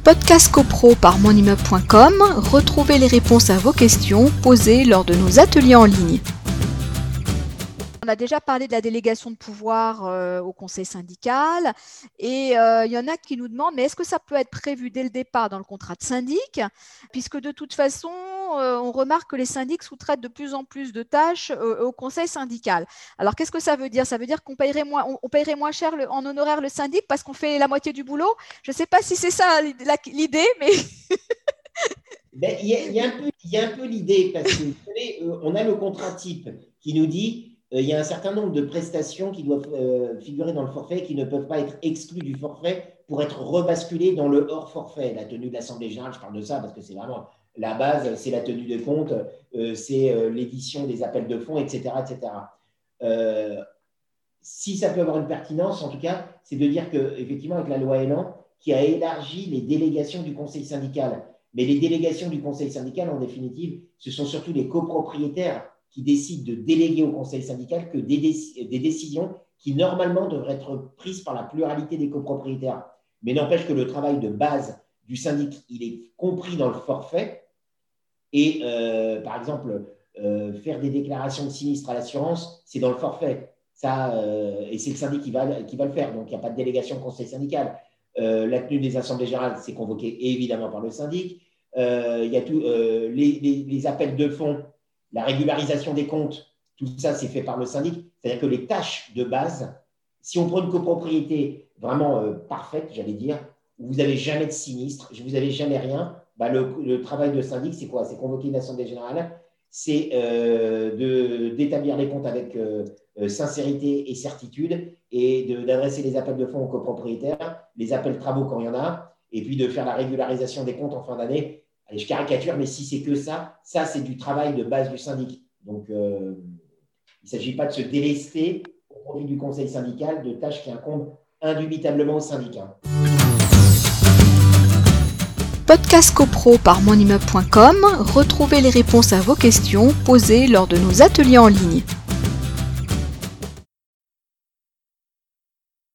Podcast CoPro par monimmeuble.com, retrouvez les réponses à vos questions posées lors de nos ateliers en ligne. On a déjà parlé de la délégation de pouvoir au conseil syndical et il y en a qui nous demandent mais est-ce que ça peut être prévu dès le départ dans le contrat de syndic, puisque de toute façon on remarque que les syndics sous-traitent de plus en plus de tâches au conseil syndical. Alors qu'est-ce que ça veut dire ? Ça veut dire qu'on paierait moins cher en honoraire le syndic parce qu'on fait la moitié du boulot ? Je ne sais pas si c'est ça l'idée, mais… Il y a un peu l'idée, parce que vous savez, on a le contrat type qui nous dit il y a un certain nombre de prestations qui doivent figurer dans le forfait et qui ne peuvent pas être exclues du forfait pour être rebasculées dans le hors forfait. La tenue de l'Assemblée générale, je parle de ça parce que c'est vraiment la base, c'est la tenue de compte, c'est l'édition des appels de fonds, etc. etc. Si ça peut avoir une pertinence, en tout cas, c'est de dire qu'effectivement, avec la loi Elan, qui a élargi les délégations du conseil syndical, mais les délégations du conseil syndical, en définitive, ce sont surtout les copropriétaires qui décident de déléguer au conseil syndical que des décisions qui, normalement, devraient être prises par la pluralité des copropriétaires. Mais n'empêche que le travail de base du syndic, il est compris dans le forfait. Et, par exemple, faire des déclarations de sinistre à l'assurance, c'est dans le forfait. Ça, et c'est le syndic qui va le faire. Donc, il n'y a pas de délégation au conseil syndical. La tenue des assemblées générales, c'est convoqué évidemment par le syndic. Il y a les appels de fonds, la régularisation des comptes, tout ça, c'est fait par le syndic. C'est-à-dire que les tâches de base, si on prend une copropriété vraiment parfaite, j'allais dire, où vous n'avez jamais de sinistre, vous n'avez jamais rien, le travail de syndic, c'est quoi ? C'est convoquer une assemblée générale, c'est d'établir les comptes avec sincérité et certitude et d'adresser les appels de fonds aux copropriétaires, les appels de travaux quand il y en a, et puis de faire la régularisation des comptes en fin d'année. Allez, je caricature, mais si c'est que ça, c'est du travail de base du syndic. Donc, il ne s'agit pas de se délester au profit du conseil syndical de tâches qui incombent indubitablement au syndicat. Podcast CoPro par monimmeuble.com, retrouvez les réponses à vos questions posées lors de nos ateliers en ligne.